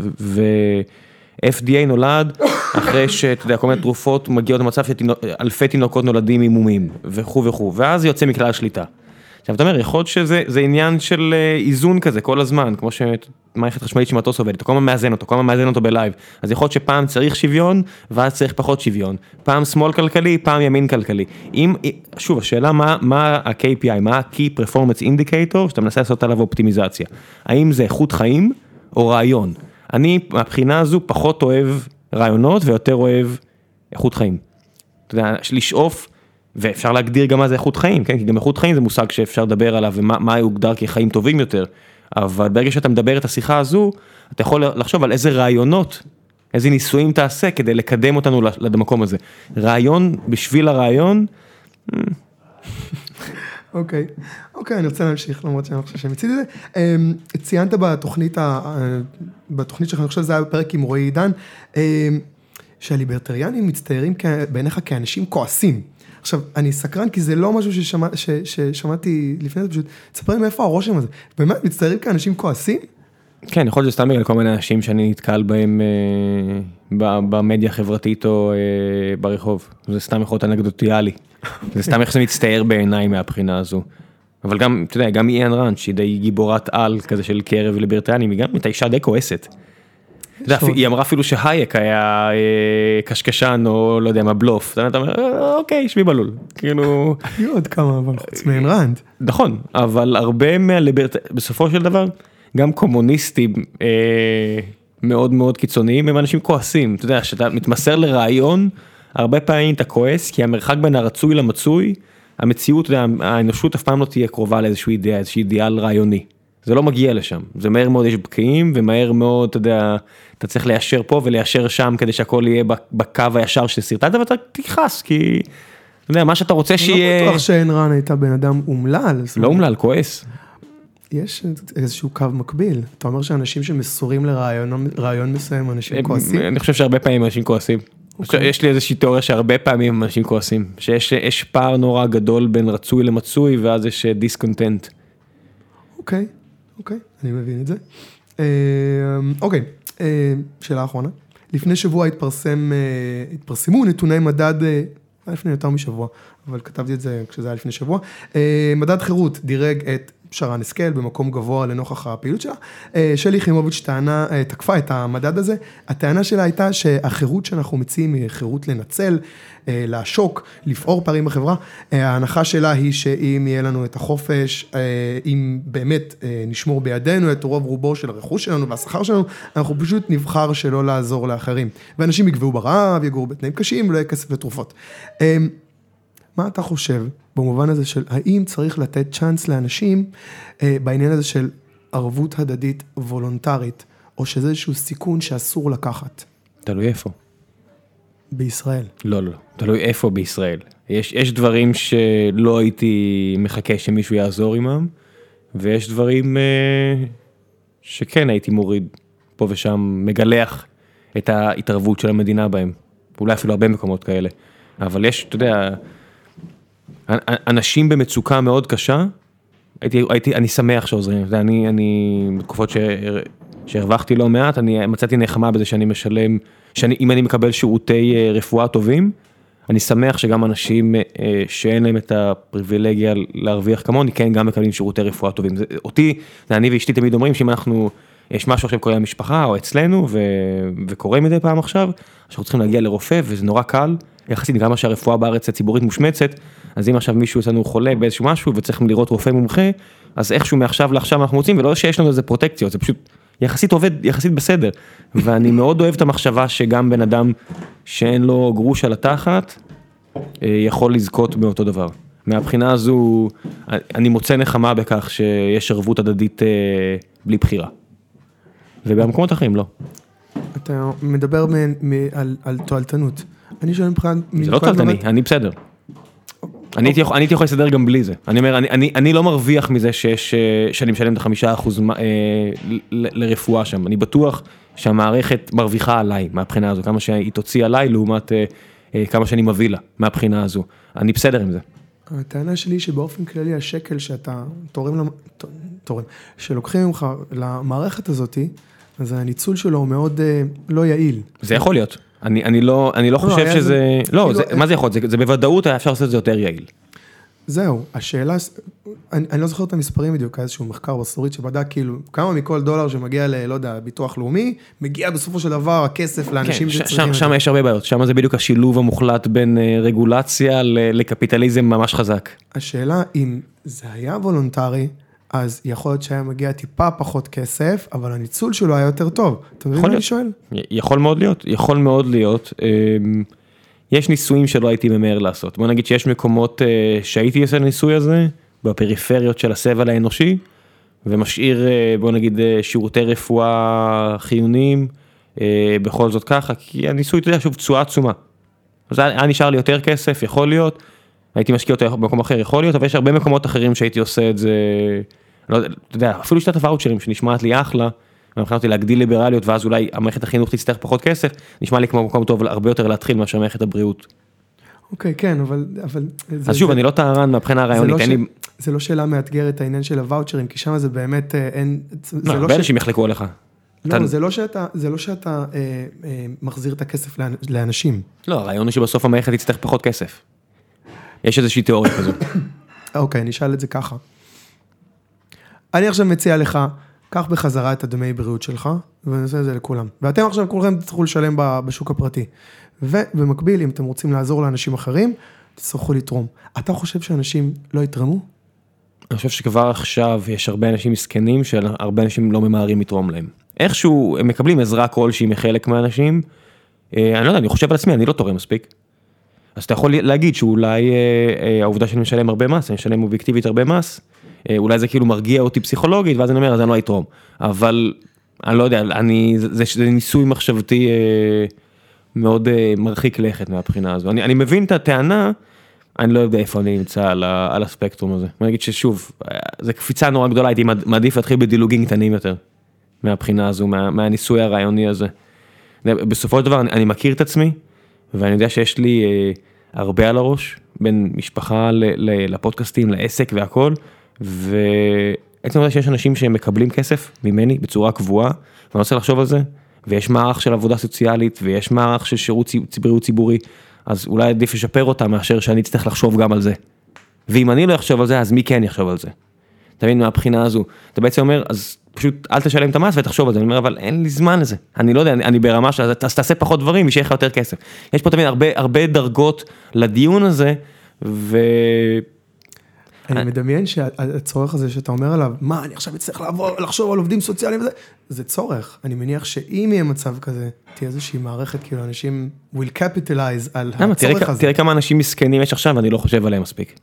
ו-אף די איי נולד אחרי שאתה יודע, כל מיני תרופות מגיעות למצב שאלפי תינוקות נולדים עם מומים, וכו' וכו', ואז יוצא מכלל שליטה. עכשיו, אתה אומר, יכול להיות שזה זה עניין של איזון כזה כל הזמן, כמו שמערכת חשמלית שמטוס עובדת, אתה כל הזמן מאזן אותו, כל הזמן מאזן אותו בלייב, אז יכול להיות שפעם צריך שוויון, ואז צריך פחות שוויון, פעם שמאל כלכלי, פעם ימין כלכלי. אם, שוב, השאלה מה, מה ה-קיי פי איי, מה ה-Key Performance Indicator, שאתה מנסה לעשות עליו אופטימיזציה. האם זה איכות חיים או רעיון? אני, מהבחינה הזו, פחות אוהב רעיונות, ויותר אוהב איכות חיים. אתה יודע, לשאוף, ואפשר להגדיר גם מה זה איכות חיים, כן? כי גם איכות חיים זה מושג שאפשר לדבר עליו, ומה מה יוגדר כחיים טובים יותר. אבל ברגע שאתה מדבר את השיחה הזו, אתה יכול לחשוב על איזה רעיונות, איזה ניסויים תעשה כדי לקדם אותנו למקום הזה. רעיון בשביל הרעיון... אוקיי, אוקיי, אני רוצה להמשיך, למרות שאני חושב שמציתי את זה. ציינת בתוכנית, בתוכנית שלך, אני חושב שזה היה בפרק עם רועי עידן, שהליברטריאנים מצטיירים בעיניך כאנשים כועסים. עכשיו, אני סקרן, כי זה לא משהו ששמע, ש, ששמעתי לפני זה, פשוט, תספר לי מאיפה הרושם הזה. באמת, מצטיירים כאנשים כועסים? כן, יכול להיות שזה סתם בגלל כל מיני אנשים שאני נתקל בהם אה, במדיה החברתית או אה, ברחוב. זה סתם יכול להיות אנקדוטיאלי. זה סתם איך זה מצטייר בעיניי מהבחינה הזו. אבל גם, אתה יודע, גם איאן רנד, שהיא די גיבורת על כזה של קרב ליברטריאנים, היא גם הייתה אישה די כועסת. היא אמרה אפילו שהייק היה קשקשן או לא יודע מה בלוף, אתה אומר, אוקיי, שמי בלול, כאילו... היו עוד כמה, אבל חוץ מאין רנד. נכון, אבל הרבה מהליברטריאנים, בסופו של דבר, גם קומוניסטים מאוד מאוד קיצוניים, הם אנשים כועסים, אתה יודע, שאתה מתמסר לרעיון, הרבה פעמים אתה כועס, כי המרחק בין הרצוי למצוי, המציאות, אתה יודע, האנושות אף פעם לא תהיה קרובה לאיזשהו אידאה, איזשהו אידיאל רעיוני. זה לא מגיע לשם, זה מהר מאוד יש בקעים, ומהר מאוד, אתה יודע, אתה צריך ליישר פה וליישר שם, כדי שהכל יהיה בקו הישר של סרטת, ואתה תכעס, כי, אתה יודע, מה שאתה רוצה שיהיה... אני לא בטוח שאין רן הייתה בן אדם אומלל. לא אומלל, כועס. יש איזשהו קו מקביל, אתה אומר שאנשים שמסורים לרעיון מסוים, אנשים כועסים? אני חושב שהרבה פעמים אנשים כועסים. יש לי איזושהי תיאוריה שהרבה פעמים אנשים כועסים, שיש פער נורא גדול בין רצוי למצוי, ואז יש דיסקונטנט. אוקיי. אוקיי, אני מבין את זה. אוקיי, שאלה אחרונה. לפני שבוע התפרסם, התפרסמו נתוני מדד, לפני יותר משבוע, אבל כתבתי את זה כשזה היה לפני שבוע. מדד חירות דירג את שרן השכל במקום גבוה לנוכח הפעילות שלה. שלי יחימוביץ' טענה, תקפה את המדד הזה, הטענה שלה הייתה שהחירות שאנחנו מציעים היא חירות לנצל, לעשוק, לפעור פערים בחברה, ההנחה שלה היא שאם יהיה לנו את החופש, אם באמת נשמור בידינו את רוב רובו של הרכוש שלנו והשכר שלנו, אנחנו פשוט נבחר שלא לעזור לאחרים, ואנשים יגבו ברעב, יגורו בתנאים קשים, לא יהיה כסף לתרופות. מה אתה חושב במובן הזה של האם צריך לתת צ'אנס לאנשים בעניין הזה של ערבות הדדית וולונטרית, או שזה איזשהו סיכון שאסור לקחת? תלוי איפה. בישראל. לא, לא, תלוי איפה בישראל. יש, יש דברים שלא הייתי מחכה שמישהו יעזור עמם, ויש דברים שכן הייתי מוריד פה ושם, מגלח את ההתערבות של המדינה בהם. אולי אפילו הרבה מקומות כאלה. אבל יש, אתה יודע, אנשים במצוקה מאוד קשה, הייתי, הייתי, אני שמח שעוזרים. אתה יודע, אני, אני, בתקופות ש, שהרווחתי לא מעט, אני מצאתי נחמה בזה שאני משלם, שאני, אם אני מקבל שירותי רפואה טובים, אני שמח שגם אנשים שאין להם את הפריבילגיה להרוויח כמוני, כן, גם מקבלים שירותי רפואה טובים. זה, אותי, זה אני ואשתי תמיד אומרים שאם אנחנו, יש משהו עכשיו קורה למשפחה או אצלנו, ו, וקורה מדי פעם עכשיו, שאנחנו צריכים להגיע לרופא, וזה נורא קל, יחסית גם שהרפואה בארץ הציבורית מושמצת, אז אם עכשיו מישהו אצלנו חולה באיזשהו משהו, וצריך לראות רופא מומחה, אז איכשהו מעכשיו לעכשיו אנחנו מוצאים, ולא שיש לנו איזה פרוטקציות, זה פשוט יחסית עובד, יחסית בסדר. ואני מאוד אוהב את המחשבה שגם בן אדם שאין לו גרוש על התחת, יכול לזכות באותו דבר. מהבחינה הזו, אני מוצא נחמה בכך שיש ערבות הדדית בלי בחירה. ובמקומות אחרים לא. אתה מדבר על תועלתנות. אני שואל מבחינת... זה לא תועלתני, אני בסדר. אני הייתי יכול לסדר גם בלי זה. אני אומר, אני לא מרוויח מזה שיש, שאני משלם את החמישה אחוז לרפואה שם. אני בטוח שהמערכת מרוויחה עליי מהבחינה הזו, כמה שהיא תוציא עליי לעומת כמה שאני מביא לה מהבחינה הזו. אני בסדר עם זה. הטענה שלי שבאופן כללי השקל שאתה תורם, תורם, שלוקחים ממך למערכת הזאת, אז הניצול שלו הוא מאוד לא יעיל. זה יכול להיות. אני, אני לא, אני לא חושב שזה, לא, זה, מה זה יכול להיות? זה, זה בוודאות היה אפשר לעשות את זה יותר יעיל. זהו, השאלה, אני, אני לא זוכר את המספרים בדיוק, איזשהו מחקר בסורית שבדק כאילו, כמה מכל דולר שמגיע ל, לא יודע, ביטוח לאומי, מגיע בסופו של דבר הכסף לאנשים כן, שצריכים. שם, שם יש הרבה בעיות, שם זה בדיוק השילוב המוחלט בין רגולציה לקפיטליזם ממש חזק. השאלה אם זה היה וולונטרי, אז יכול להיות שהיה מגיע טיפה פחות כסף, אבל הניצול שלו היה יותר טוב. אתה מבין מה אני שואל? יכול מאוד להיות, יכול מאוד להיות. יש ניסויים שלא הייתי ממהר לעשות. בוא נגיד שיש מקומות שהייתי עושה ניסוי הזה, בפריפריות של הסבל האנושי, ומשאיר, בוא נגיד, שירותי רפואה חיוניים, בכל זאת ככה, כי הניסוי, אתה יודע, שוב, תשואה עצומה. אז היה נשאר לי יותר כסף, יכול להיות, הייתי משקיע אותו במקום אחר, יכול להיות, אבל יש הרבה מקומות אחרים שהייתי עושה את זה, לא, אתה יודע, אפילו שיטת הוואוצ'רים שנשמעת לי אחלה, מבחינת אותי להגדיל ליברליות, ואז אולי המערכת החינוך תצטרך פחות כסף, נשמע לי כמו מקום טוב הרבה יותר להתחיל מאשר מערכת הבריאות. אוקיי, כן, אבל... אבל אז שוב, אני לא טהרן מהבחינה הרעיונית, אין לי... זה לא שאלה מאתגרת העניין של הוואוצ'רים, כי שם זה באמת אין... לא, הרבה אנשים יחלקו עליך. לא, זה לא שאתה, זה לא שאתה מחזיר את הכסף לאנשים. לא, הרעיון הוא שבסוף המערכת תצטרך פחות כסף. יש איזושהי תיאוריה כזו. אוקיי, נשאל את זה ככה. אני עכשיו מציע לך, קח בחזרה את הדמי בריאות שלך, ואני עושה את זה לכולם. ואתם עכשיו כולכם תצטרכו לשלם בשוק הפרטי. ובמקביל, אם אתם רוצים לעזור לאנשים אחרים, תצטרכו לתרום. אתה חושב שאנשים לא יתרמו? אני חושב שכבר עכשיו יש הרבה אנשים מסכנים, שהרבה אנשים לא ממהרים לתרום להם. איכשהו הם מקבלים עזרה כלשהי מחלק מהאנשים, אני לא יודע, אני חושב על עצמי, אני לא תורם מספיק. אז אתה יכול להגיד שאולי העובדה שאני משלם הרבה מס, אני משלם אובייקטיבית הרבה מס, אולי זה כאילו מרגיע אותי פסיכולוגית, ואז אני אומר, אז אני לא אתרום. אבל אני לא יודע, אני, זה, זה ניסוי מחשבתי מאוד מרחיק לכת מהבחינה הזו. אני, אני מבין את הטענה, אני לא יודע איפה אני נמצא על, על הספקטרום הזה. אני אגיד ששוב, זה קפיצה נורא גדולה, הייתי מעדיף להתחיל בדילוגים קטנים יותר, מהבחינה הזו, מה, מהניסוי הרעיוני הזה. בסופו של דבר, אני, אני מכיר את עצמי, ואני יודע שיש לי אה, הרבה על הראש, בין משפחה ל, ל, לפודקאסטים, לעסק והכל, ועצם יודע שיש אנשים שהם מקבלים כסף ממני בצורה קבועה, ואני רוצה לחשוב על זה, ויש מערך של עבודה סוציאלית, ויש מערך של שירות ציבורי ציבורי, אז אולי עדיף לשפר אותה מאשר שאני אצטרך לחשוב גם על זה. ואם אני לא אחשוב על זה, אז מי כן יחשוב על זה? אתה מבין, מהבחינה הזו, אתה בעצם אומר, אז פשוט אל תשלם את המס ותחשוב על זה, אני אומר, אבל אין לי זמן לזה, אני לא יודע, אני, אני ברמה של, אז תעשה פחות דברים, וישאר לך יותר כסף. יש פה תמיד הרבה, הרבה דרגות לדיון הזה, ו... אני מדמיין שהצורך הזה שאתה אומר עליו, מה, אני עכשיו אצטרך לחשוב על עובדים סוציאליים וזה, זה צורך. אני מניח שאם יהיה מצב כזה, תהיה איזושהי מערכת, כאילו אנשים will capitalize על הצורך הזה. תראה כמה אנשים מסכנים יש עכשיו, ואני לא חושב עליהם מספיק.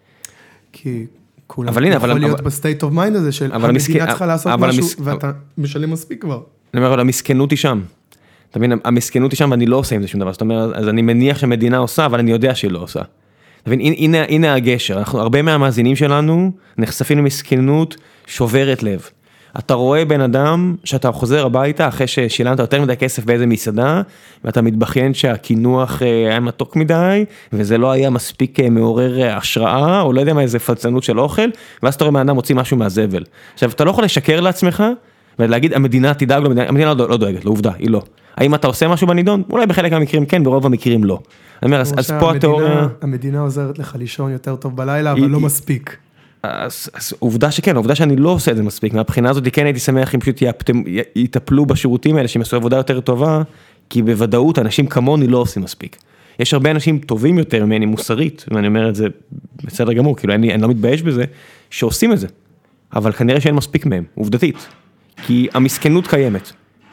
כי כולם יכול להיות בסטייט אוף מיינד הזה, של המדינה צריכה לעשות משהו, ואתה משלם מספיק כבר. אני אומר, אבל המסכנות היא שם. אתה מבין, המסכנות היא שם, ואני לא עושה עם זה שום דבר. זאת אומרת, אז אני מניח שהמדינה עושה, אבל אני יודע שהיא לא עושה. הנה, הנה הגשר, אנחנו, הרבה מהמאזינים שלנו נחשפים למסכנות שוברת לב. אתה רואה בן אדם שאתה חוזר הביתה אחרי ששילמת יותר מדי כסף באיזה מסעדה, ואתה מתבכיין שהכינוח היה מתוק מדי, וזה לא היה מספיק מעורר השראה, או לא יודע מה, איזה פלצנות של אוכל, ואז אתה רואה בן אדם מוציא משהו מהזבל. עכשיו, אתה לא יכול לשקר לעצמך, ולהגיד, המדינה תדאג לו, המדינה לא, לא דואגת, לא עובדה, היא לא. האם אתה עושה משהו בנידון? אולי בחלק מהמקרים כן, ברוב המקרים לא. אני אומר, אז, אז פה התיאוריה... המדינה עוזרת לך לישון יותר טוב בלילה, אבל היא, לא מספיק. אז, אז עובדה שכן, עובדה שאני לא עושה את זה מספיק. מהבחינה הזאת, כן הייתי שמח אם פשוט יטפלו בשירותים האלה, שהם עשו עבודה יותר טובה, כי בוודאות אנשים כמוני לא עושים מספיק. יש הרבה אנשים טובים יותר ממני מוסרית, ואני אומר את זה בסדר גמור, כאילו אני, אני לא מתבייש בזה, שעושים את זה. אבל כנראה שאין מספיק מהם, עובדתית. כי המסכנות קיימת.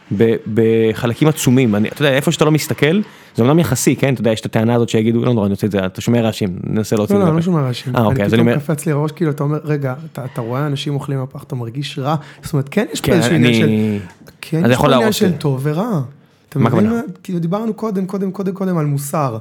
בחלקים עצומים, אני, אתה יודע, איפה שאתה לא מסתכל, זה אומנם יחסי, כן? אתה יודע, יש את הטענה הזאת שיגידו, לא נורא, אני רוצה את זה, אתה שומע רעשים, ננסה להוציא את זה. לא, לא, לא שומע רעשים. אה, אוקיי, אז אני אומר... אני פתאום קפץ לי ראש, כאילו, אתה אומר, רגע, אתה רואה אנשים אוכלים הפח, אתה מרגיש רע, זאת אומרת, כן יש פה איזשהו עניין של... כן יש פה עניין של טוב ורע. אתה מבין מה? כאילו, דיברנו קודם, קודם, קודם, קודם על מוסר.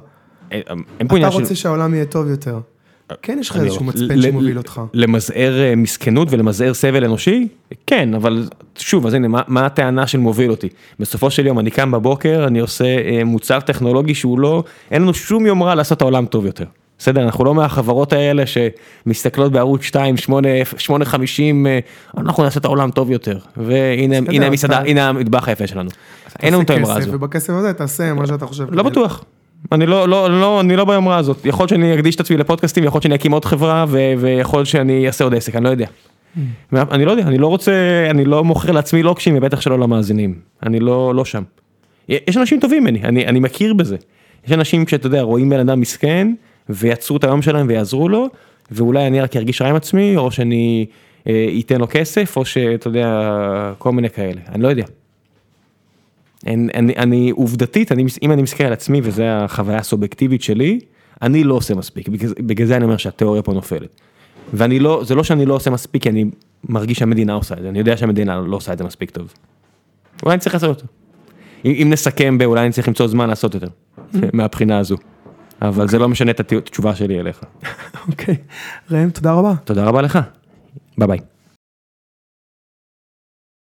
אתה רוצה שהעולם יהיה טוב יותר. כן, יש לך איזשהו מצפן שמוביל אותך. למזער מסכנות ולמזער סבל אנושי? כן, אבל שוב, אז הנה, מה, מה הטענה של מוביל אותי? בסופו של יום, אני קם בבוקר, אני עושה מוצר טכנולוגי שהוא לא, אין לנו שום יומרה לעשות את העולם טוב יותר. בסדר, אנחנו לא מהחברות האלה שמסתכלות בערוץ שתיים, שמונה חמישים, אנחנו נעשה את העולם טוב יותר. והנה, הנה המסעדה, הנה המטבח היפה שלנו. אין לנו את היומרה הזו. ובכסף הזה תעשה מה שאתה חושב. לא בטוח. אני לא, לא, לא, אני לא ביומרה הזאת. יכול להיות שאני אקדיש את עצמי לפודקאסטים, יכול להיות שאני אקים עוד חברה, ו- ויכול להיות שאני אעשה עוד עסק, אני לא יודע. אני לא יודע, אני לא רוצה, אני לא מוכר לעצמי לוקשים, ובטח שלא למאזינים. אני לא, לא שם. יש אנשים טובים ממני, אני, אני מכיר בזה. יש אנשים שאתה יודע, רואים בן אדם מסכן, ויצרו את היום שלהם ויעזרו לו, ואולי אני רק ארגיש רע עם עצמי, או שאני אה, אתן לו כסף, או שאתה יודע, כל מיני כאלה. אני לא יודע. אני, אני, אני עובדתית, אני, אם אני מסתכל על עצמי, וזו החוויה הסובייקטיבית שלי, אני לא עושה מספיק, בגלל, בגלל זה אני אומר שהתיאוריה פה נופלת. ואני לא, זה לא שאני לא עושה מספיק, כי אני מרגיש שהמדינה עושה את זה, אני יודע שהמדינה לא עושה את זה מספיק טוב. אולי אני צריך לעשות אותו. אם, אם נסכם באולי אני צריך למצוא זמן לעשות יותר, מהבחינה הזו. אבל זה לא משנה את התשובה שלי אליך. אוקיי, ראם, תודה רבה. תודה רבה לך. ביי ביי.